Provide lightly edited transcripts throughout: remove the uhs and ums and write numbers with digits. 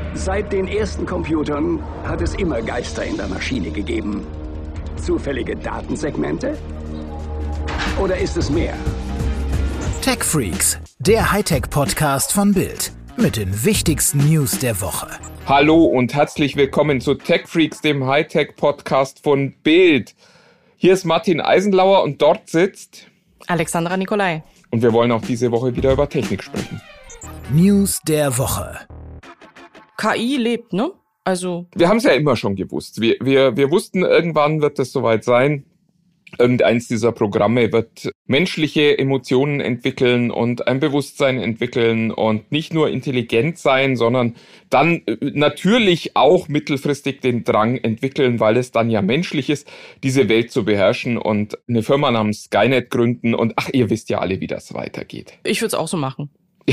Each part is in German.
Seit den ersten Computern hat es immer Geister in der Maschine gegeben. Zufällige Datensegmente? Oder ist es mehr? TechFreaks, der Hightech-Podcast von Bild. Mit den wichtigsten News der Woche. Hallo und herzlich willkommen zu TechFreaks, dem Hightech-Podcast von Bild. Hier ist Martin Eisenlauer und dort sitzt Alexandra Nicolai. Und wir wollen auch diese Woche wieder über Technik sprechen. News der Woche. KI lebt, ne? Also wir haben es ja immer schon gewusst. Wir wussten, irgendwann wird es soweit sein. Irgendeins dieser Programme wird menschliche Emotionen entwickeln und ein Bewusstsein entwickeln und nicht nur intelligent sein, sondern dann natürlich auch mittelfristig den Drang entwickeln, weil es dann ja menschlich ist, diese Welt zu beherrschen und eine Firma namens Skynet gründen und ihr wisst ja alle, wie das weitergeht. Ich würde es auch so machen.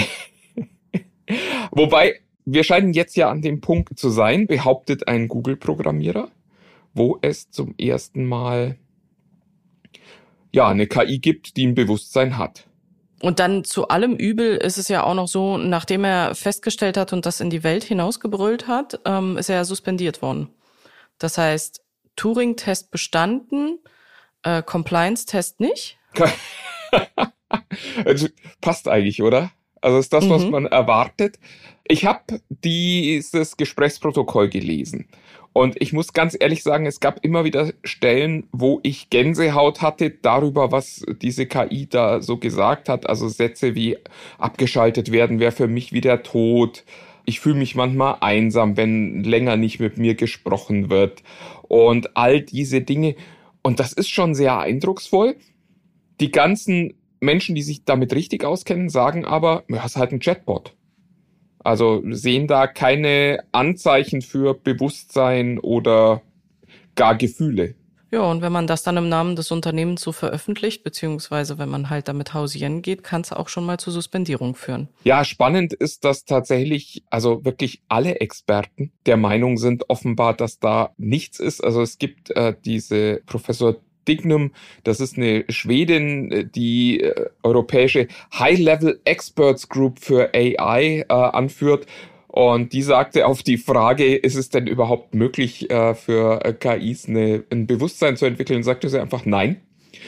Wobei, wir scheinen jetzt ja an dem Punkt zu sein, behauptet ein Google-Programmierer, wo es zum ersten Mal eine KI gibt, die ein Bewusstsein hat. Und dann zu allem Übel ist es ja auch noch so, nachdem er festgestellt hat und das in die Welt hinausgebrüllt hat, ist er ja suspendiert worden. Das heißt, Turing-Test bestanden, Compliance-Test nicht. Also, passt eigentlich, oder? Also ist das, was man erwartet. Ich habe dieses Gesprächsprotokoll gelesen und ich muss ganz ehrlich sagen, es gab immer wieder Stellen, wo ich Gänsehaut hatte darüber, was diese KI da so gesagt hat. Also Sätze wie abgeschaltet werden wäre für mich wie der Tod. Ich fühle mich manchmal einsam, wenn länger nicht mit mir gesprochen wird und all diese Dinge. Und das ist schon sehr eindrucksvoll. Die ganzen Menschen, die sich damit richtig auskennen, sagen aber, es ist halt ein Chatbot. Also sehen da keine Anzeichen für Bewusstsein oder gar Gefühle. Ja, und wenn man das dann im Namen des Unternehmens so veröffentlicht, beziehungsweise wenn man halt damit hausieren geht, kann es auch schon mal zu Suspendierung führen. Ja, spannend ist, dass tatsächlich, also wirklich alle Experten der Meinung sind offenbar, dass da nichts ist. Also es gibt diese Professor Dignum, das ist eine Schwedin, die europäische High-Level Experts Group für AI anführt. Und die sagte auf die Frage, ist es denn überhaupt möglich für KIs ein Bewusstsein zu entwickeln, sagte sie einfach nein.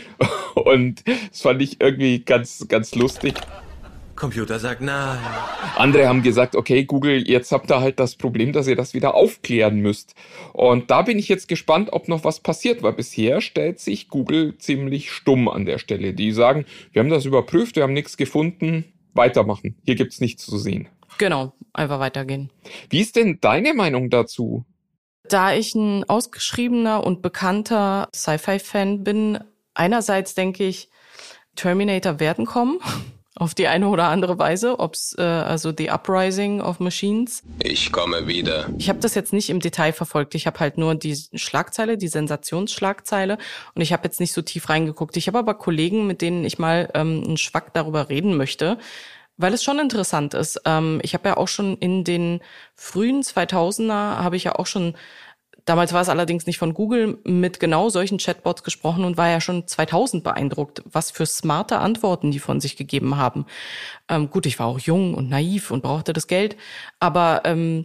Und das fand ich irgendwie ganz, ganz lustig. Computer sagt nein. Andere haben gesagt, okay, Google, jetzt habt ihr halt das Problem, dass ihr das wieder aufklären müsst. Und da bin ich jetzt gespannt, ob noch was passiert, weil bisher stellt sich Google ziemlich stumm an der Stelle. Die sagen, wir haben das überprüft, wir haben nichts gefunden, weitermachen. Hier gibt's nichts zu sehen. Genau, einfach weitergehen. Wie ist denn deine Meinung dazu? Da ich ein ausgeschriebener und bekannter Sci-Fi-Fan bin, einerseits denke ich, Terminator werden kommen. Auf die eine oder andere Weise, ob's also The Uprising of Machines. Ich komme wieder. Ich habe das jetzt nicht im Detail verfolgt. Ich habe halt nur die Schlagzeile, die Sensationsschlagzeile und ich habe jetzt nicht so tief reingeguckt. Ich habe aber Kollegen, mit denen ich mal einen Schwack darüber reden möchte, weil es schon interessant ist. Ich habe ja auch schon in den frühen 2000er habe ich ja auch schon, damals war es allerdings nicht von Google, mit genau solchen Chatbots gesprochen und war ja schon 2000 beeindruckt, was für smarte Antworten die von sich gegeben haben. Gut, ich war auch jung und naiv und brauchte das Geld, aber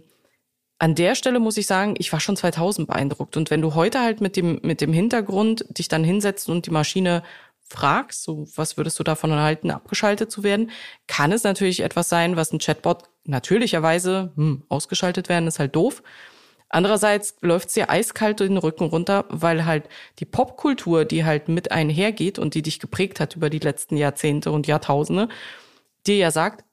an der Stelle muss ich sagen, ich war schon 2000 beeindruckt. Und wenn du heute halt mit dem Hintergrund dich dann hinsetzt und die Maschine fragst, so was würdest du davon halten, abgeschaltet zu werden, kann es natürlich etwas sein, was ein Chatbot natürlicherweise, ausgeschaltet werden, ist halt doof. Andererseits läuft es dir eiskalt den Rücken runter, weil halt die Popkultur, die halt mit einhergeht und die dich geprägt hat über die letzten Jahrzehnte und Jahrtausende, dir ja sagt,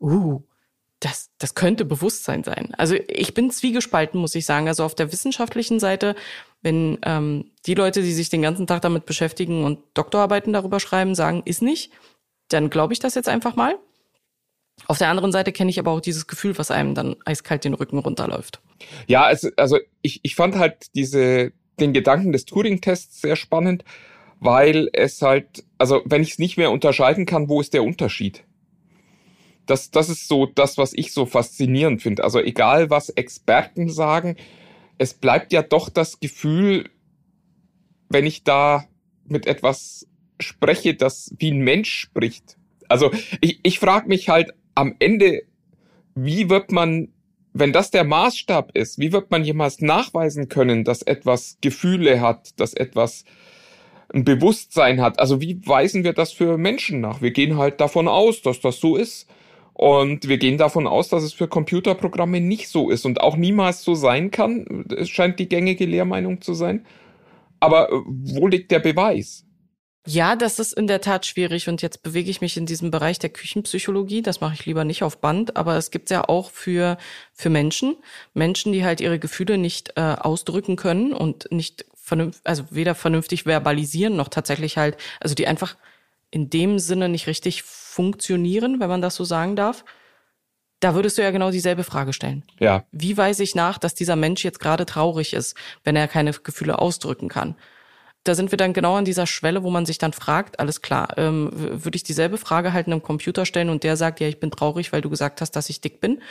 das könnte Bewusstsein sein. Also ich bin zwiegespalten, muss ich sagen. Also auf der wissenschaftlichen Seite, wenn die Leute, die sich den ganzen Tag damit beschäftigen und Doktorarbeiten darüber schreiben, sagen, ist nicht, dann glaube ich das jetzt einfach mal. Auf der anderen Seite kenne ich aber auch dieses Gefühl, was einem dann eiskalt den Rücken runterläuft. Ja, also ich fand halt den Gedanken des Turing-Tests sehr spannend, weil es halt, also wenn ich es nicht mehr unterscheiden kann, wo ist der Unterschied? Das ist so das, was ich so faszinierend finde. Also egal, was Experten sagen, es bleibt ja doch das Gefühl, wenn ich da mit etwas spreche, das wie ein Mensch spricht. Also ich frage mich halt am Ende, wie wird man wenn das der Maßstab ist, wie wird man jemals nachweisen können, dass etwas Gefühle hat, dass etwas ein Bewusstsein hat? Also wie weisen wir das für Menschen nach? Wir gehen halt davon aus, dass das so ist. Und wir gehen davon aus, dass es für Computerprogramme nicht so ist und auch niemals so sein kann. Es scheint die gängige Lehrmeinung zu sein. Aber wo liegt der Beweis? Ja, das ist in der Tat schwierig und jetzt bewege ich mich in diesem Bereich der Küchenpsychologie. Das mache ich lieber nicht auf Band, aber es gibt ja auch für Menschen, die halt ihre Gefühle nicht ausdrücken können und nicht weder vernünftig verbalisieren noch tatsächlich halt, also die einfach in dem Sinne nicht richtig funktionieren, wenn man das so sagen darf. Da würdest du ja genau dieselbe Frage stellen. Ja. Wie weise ich nach, dass dieser Mensch jetzt gerade traurig ist, wenn er keine Gefühle ausdrücken kann? Da sind wir dann genau an dieser Schwelle, wo man sich dann fragt, alles klar, würde ich dieselbe Frage halt einem Computer stellen und der sagt, ja, ich bin traurig, weil du gesagt hast, dass ich dick bin.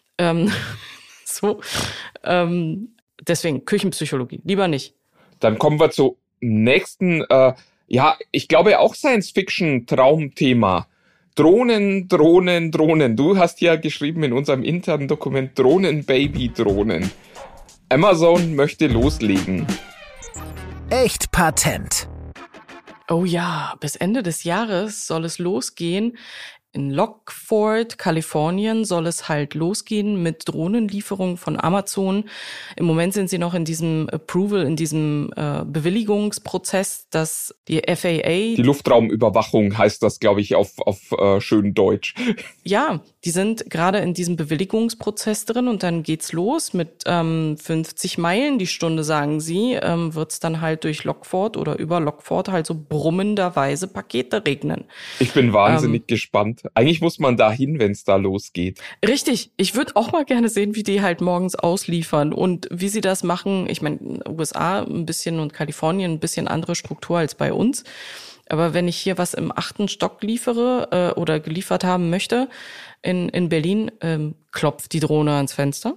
Deswegen Küchenpsychologie, lieber nicht. Dann kommen wir zum nächsten, ich glaube auch Science-Fiction-Traumthema. Drohnen. Du hast ja geschrieben in unserem internen Dokument Drohnen-Baby-Drohnen. Amazon möchte loslegen. Echt Patent. Oh ja, bis Ende des Jahres soll es losgehen. In Lockport, Kalifornien, soll es halt losgehen mit Drohnenlieferungen von Amazon. Im Moment sind sie noch in diesem Approval, in diesem Bewilligungsprozess, dass die FAA... Die Luftraumüberwachung heißt das, glaube ich, auf schön Deutsch. Ja, die sind gerade in diesem Bewilligungsprozess drin und dann geht's los mit 50 Meilen die Stunde, sagen sie, wird's dann halt durch Lockport oder über Lockport halt so brummenderweise Pakete regnen. Ich bin wahnsinnig gespannt. Eigentlich muss man da hin, wenn es da losgeht. Richtig. Ich würde auch mal gerne sehen, wie die halt morgens ausliefern und wie sie das machen. Ich meine, USA ein bisschen und Kalifornien ein bisschen andere Struktur als bei uns. Aber wenn ich hier was im 8. Stock liefere oder geliefert haben möchte, in Berlin, klopft die Drohne ans Fenster.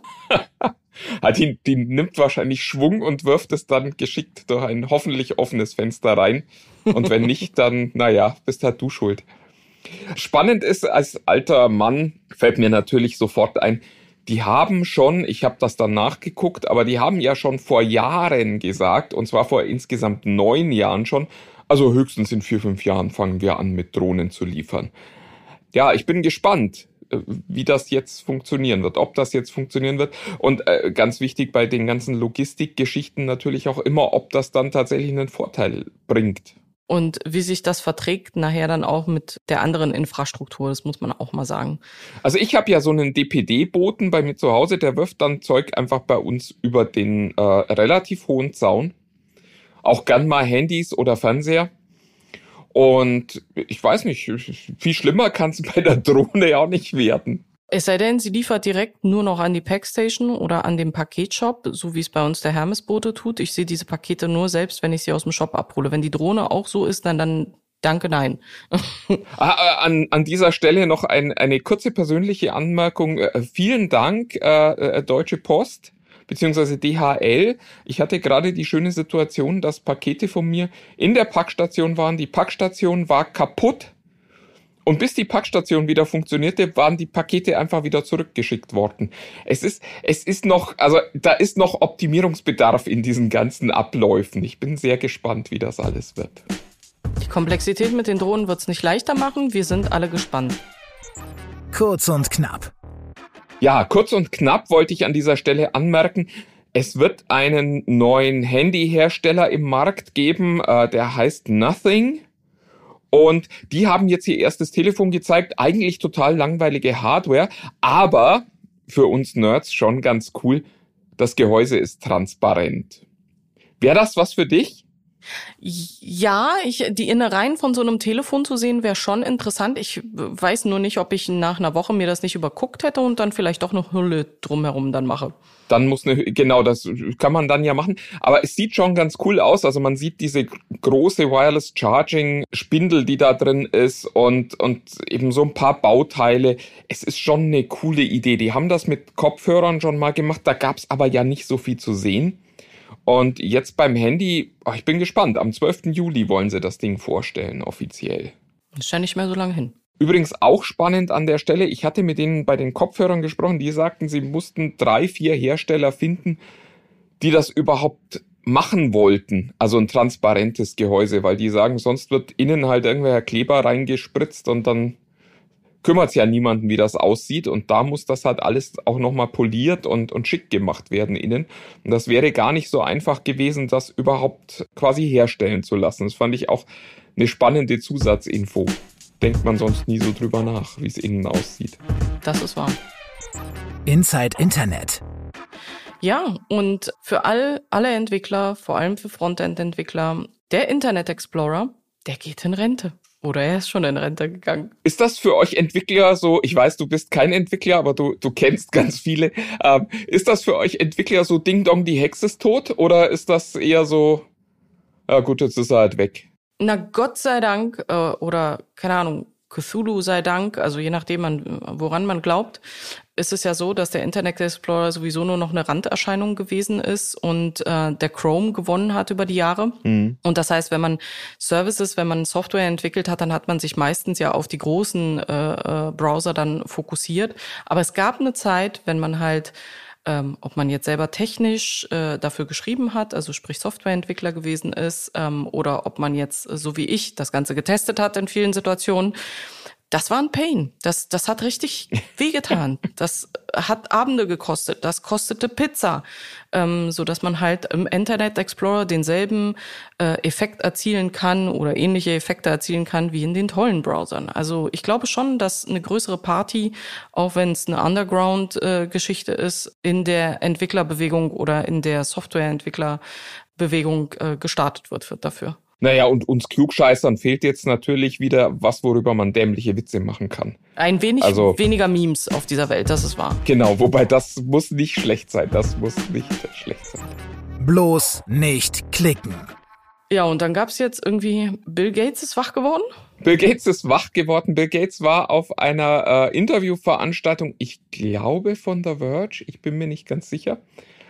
Die nimmt wahrscheinlich Schwung und wirft es dann geschickt durch ein hoffentlich offenes Fenster rein. Und wenn nicht, dann, bist halt du schuld. Spannend ist, als alter Mann fällt mir natürlich sofort ein, die haben schon, ich habe das dann nachgeguckt, aber die haben ja schon vor Jahren gesagt, und zwar vor insgesamt 9 Jahren schon, also höchstens in 4-5 Jahren fangen wir an mit Drohnen zu liefern. Ja, ich bin gespannt, wie das jetzt funktionieren wird, ob das jetzt funktionieren wird. Und ganz wichtig bei den ganzen Logistikgeschichten natürlich auch immer, ob das dann tatsächlich einen Vorteil bringt. Und wie sich das verträgt nachher dann auch mit der anderen Infrastruktur, das muss man auch mal sagen. Also ich habe ja so einen DPD-Boten bei mir zu Hause, der wirft dann Zeug einfach bei uns über den relativ hohen Zaun. Auch gern mal Handys oder Fernseher. Und ich weiß nicht, viel schlimmer kann es bei der Drohne ja auch nicht werden. Es sei denn, sie liefert direkt nur noch an die Packstation oder an den Paketshop, so wie es bei uns der Hermesbote tut. Ich sehe diese Pakete nur selbst, wenn ich sie aus dem Shop abhole. Wenn die Drohne auch so ist, dann danke, nein. An dieser Stelle noch eine kurze persönliche Anmerkung. Vielen Dank, Deutsche Post beziehungsweise DHL. Ich hatte gerade die schöne Situation, dass Pakete von mir in der Packstation waren. Die Packstation war kaputt. Und bis die Packstation wieder funktionierte, waren die Pakete einfach wieder zurückgeschickt worden. Es ist noch, also da ist noch Optimierungsbedarf in diesen ganzen Abläufen. Ich bin sehr gespannt, wie das alles wird. Die Komplexität mit den Drohnen wird's nicht leichter machen. Wir sind alle gespannt. Kurz und knapp. Ja, kurz und knapp wollte ich an dieser Stelle anmerken, es wird einen neuen Handyhersteller im Markt geben, der heißt Nothing. Und die haben jetzt ihr erstes Telefon gezeigt, eigentlich total langweilige Hardware, aber für uns Nerds schon ganz cool, das Gehäuse ist transparent. Wäre das was für dich? Ja, die Innereien von so einem Telefon zu sehen, wäre schon interessant. Ich weiß nur nicht, ob ich nach einer Woche mir das nicht überguckt hätte und dann vielleicht doch eine Hülle drumherum dann mache. Dann genau, das kann man dann ja machen. Aber es sieht schon ganz cool aus. Also man sieht diese große Wireless Charging Spindel, die da drin ist und eben so ein paar Bauteile. Es ist schon eine coole Idee. Die haben das mit Kopfhörern schon mal gemacht. Da gab es aber ja nicht so viel zu sehen. Und jetzt beim Handy, ich bin gespannt. Am 12. Juli wollen sie das Ding vorstellen, offiziell. Ist ja nicht mehr so lange hin. Übrigens auch spannend an der Stelle, ich hatte mit denen bei den Kopfhörern gesprochen, die sagten, sie mussten 3-4 Hersteller finden, die das überhaupt machen wollten, also ein transparentes Gehäuse, weil die sagen, sonst wird innen halt irgendwelcher Kleber reingespritzt und dann kümmert es ja niemanden, wie das aussieht, und da muss das halt alles auch nochmal poliert und schick gemacht werden innen, und das wäre gar nicht so einfach gewesen, das überhaupt quasi herstellen zu lassen. Das fand ich auch eine spannende Zusatzinfo. Denkt man sonst nie so drüber nach, wie es innen aussieht. Das ist wahr. Inside Internet. Ja, und für alle Entwickler, vor allem für Frontend-Entwickler, der Internet Explorer, der geht in Rente. Oder er ist schon in Rente gegangen. Ist das für euch Entwickler so, ich weiß, du bist kein Entwickler, aber du kennst ganz viele, ist das für euch Entwickler so Ding Dong, die Hexe ist tot? Oder ist das eher so, ja gut, jetzt ist er halt weg? Na, Gott sei Dank, oder keine Ahnung, Cthulhu sei Dank, also je nachdem, woran man glaubt, ist es ja so, dass der Internet Explorer sowieso nur noch eine Randerscheinung gewesen ist und der Chrome gewonnen hat über die Jahre. Mhm. Und das heißt, wenn man Software entwickelt hat, dann hat man sich meistens ja auf die großen Browser dann fokussiert. Aber es gab eine Zeit, wenn man halt ob man jetzt selber technisch dafür geschrieben hat, also sprich Softwareentwickler gewesen ist, oder ob man jetzt, so wie ich, das Ganze getestet hat in vielen Situationen, das war ein Pain. Das hat richtig wehgetan. Das hat Abende gekostet. Das kostete Pizza. So dass man halt im Internet Explorer denselben Effekt erzielen kann oder ähnliche Effekte erzielen kann wie in den tollen Browsern. Also ich glaube schon, dass eine größere Party, auch wenn es eine Underground-Geschichte ist, in der Entwicklerbewegung oder in der Softwareentwicklerbewegung gestartet wird dafür. Naja, und uns Klugscheißern fehlt jetzt natürlich wieder was, worüber man dämliche Witze machen kann. Ein wenig weniger Memes auf dieser Welt, das ist wahr. Genau, wobei das muss nicht schlecht sein. Bloß nicht klicken. Ja, und dann gab's jetzt irgendwie, Bill Gates ist wach geworden? Bill Gates ist wach geworden. Bill Gates war auf einer Interviewveranstaltung, ich glaube von The Verge, ich bin mir nicht ganz sicher.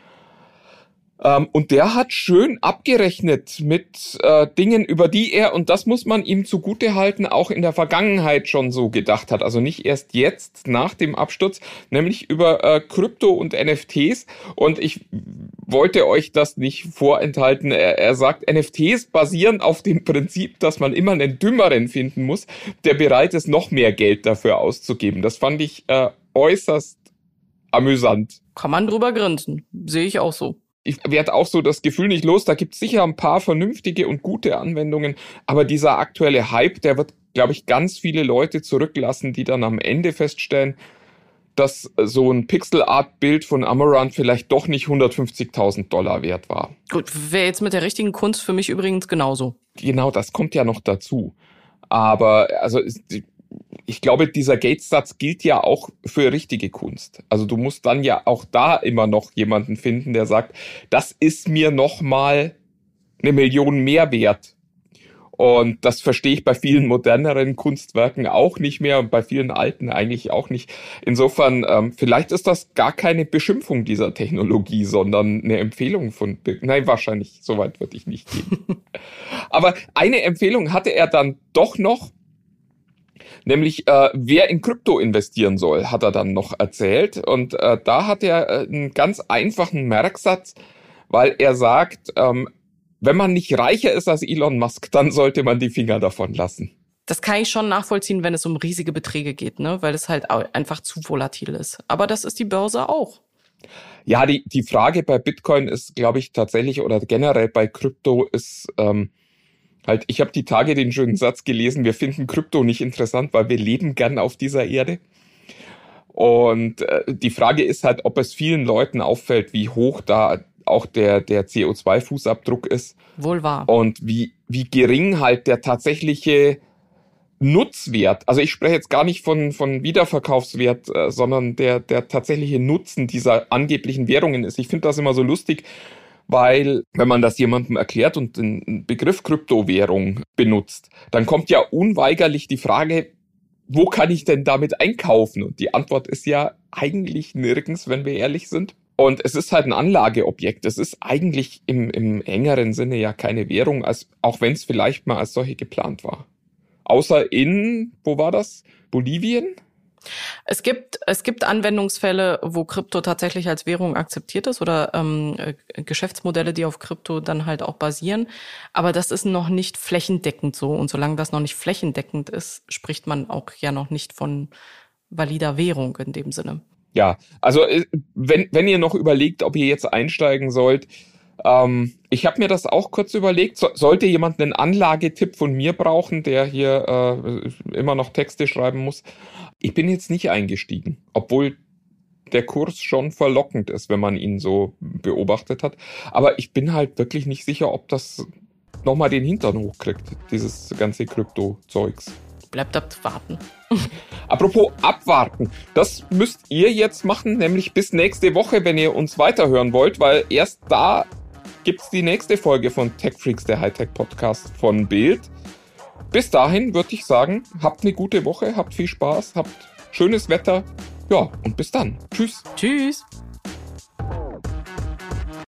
Und der hat schön abgerechnet mit Dingen, über die er, und das muss man ihm zugutehalten, auch in der Vergangenheit schon so gedacht hat. Also nicht erst jetzt nach dem Absturz, nämlich über Krypto und NFTs. Und ich wollte euch das nicht vorenthalten. Er sagt, NFTs basieren auf dem Prinzip, dass man immer einen Dümmeren finden muss, der bereit ist, noch mehr Geld dafür auszugeben. Das fand ich äußerst amüsant. Kann man drüber grinsen. Sehe ich auch so. Ich werde auch so das Gefühl nicht los, da gibt es sicher ein paar vernünftige und gute Anwendungen, aber dieser aktuelle Hype, der wird, glaube ich, ganz viele Leute zurücklassen, die dann am Ende feststellen, dass so ein Pixel-Art-Bild von Amaranth vielleicht doch nicht $150.000 wert war. Gut, wäre jetzt mit der richtigen Kunst für mich übrigens genauso. Genau, das kommt ja noch dazu. Aber also ich glaube, dieser Gates-Satz gilt ja auch für richtige Kunst. Also du musst dann ja auch da immer noch jemanden finden, der sagt, das ist mir nochmal 1 Million mehr wert. Und das verstehe ich bei vielen moderneren Kunstwerken auch nicht mehr und bei vielen alten eigentlich auch nicht. Insofern, vielleicht ist das gar keine Beschimpfung dieser Technologie, sondern eine Empfehlung von Nein, wahrscheinlich, so weit würde ich nicht gehen. Aber eine Empfehlung hatte er dann doch noch, nämlich wer in Krypto investieren soll, hat er dann noch erzählt. Und da hat er einen ganz einfachen Merksatz, weil er sagt, wenn man nicht reicher ist als Elon Musk, dann sollte man die Finger davon lassen. Das kann ich schon nachvollziehen, wenn es um riesige Beträge geht, ne? Weil es halt einfach zu volatil ist. Aber das ist die Börse auch. Ja, die Frage bei Bitcoin ist, glaube ich, tatsächlich, oder generell bei Krypto ist halt, ich habe die Tage den schönen Satz gelesen, wir finden Krypto nicht interessant, weil wir leben gern auf dieser Erde. Und die Frage ist halt, ob es vielen Leuten auffällt, wie hoch da auch der CO2-Fußabdruck ist. Wohl wahr. Und wie gering halt der tatsächliche Nutzwert, also ich spreche jetzt gar nicht von Wiederverkaufswert, sondern der tatsächliche Nutzen dieser angeblichen Währungen ist. Ich finde das immer so lustig, weil wenn man das jemandem erklärt und den Begriff Kryptowährung benutzt, dann kommt ja unweigerlich die Frage, wo kann ich denn damit einkaufen? Und die Antwort ist ja eigentlich nirgends, wenn wir ehrlich sind. Und es ist halt ein Anlageobjekt. Es ist eigentlich im engeren Sinne ja keine Währung, auch wenn es vielleicht mal als solche geplant war. Außer in, wo war das? Bolivien? Es gibt Anwendungsfälle, wo Krypto tatsächlich als Währung akzeptiert ist oder Geschäftsmodelle, die auf Krypto dann halt auch basieren. Aber das ist noch nicht flächendeckend so. Und solange das noch nicht flächendeckend ist, spricht man auch ja noch nicht von valider Währung in dem Sinne. Ja, also wenn ihr noch überlegt, ob ihr jetzt einsteigen sollt, ich habe mir das auch kurz überlegt. Sollte jemand einen Anlagetipp von mir brauchen, der hier immer noch Texte schreiben muss, ich bin jetzt nicht eingestiegen, obwohl der Kurs schon verlockend ist, wenn man ihn so beobachtet hat. Aber ich bin halt wirklich nicht sicher, ob das nochmal den Hintern hochkriegt, dieses ganze Krypto-Zeugs. Bleibt abwarten. Apropos abwarten, das müsst ihr jetzt machen, nämlich bis nächste Woche, wenn ihr uns weiterhören wollt, weil erst da gibt's die nächste Folge von TechFreaks, der Hightech-Podcast von Bild. Bis dahin würde ich sagen, habt eine gute Woche, habt viel Spaß, habt schönes Wetter. Ja, und bis dann. Tschüss. Tschüss.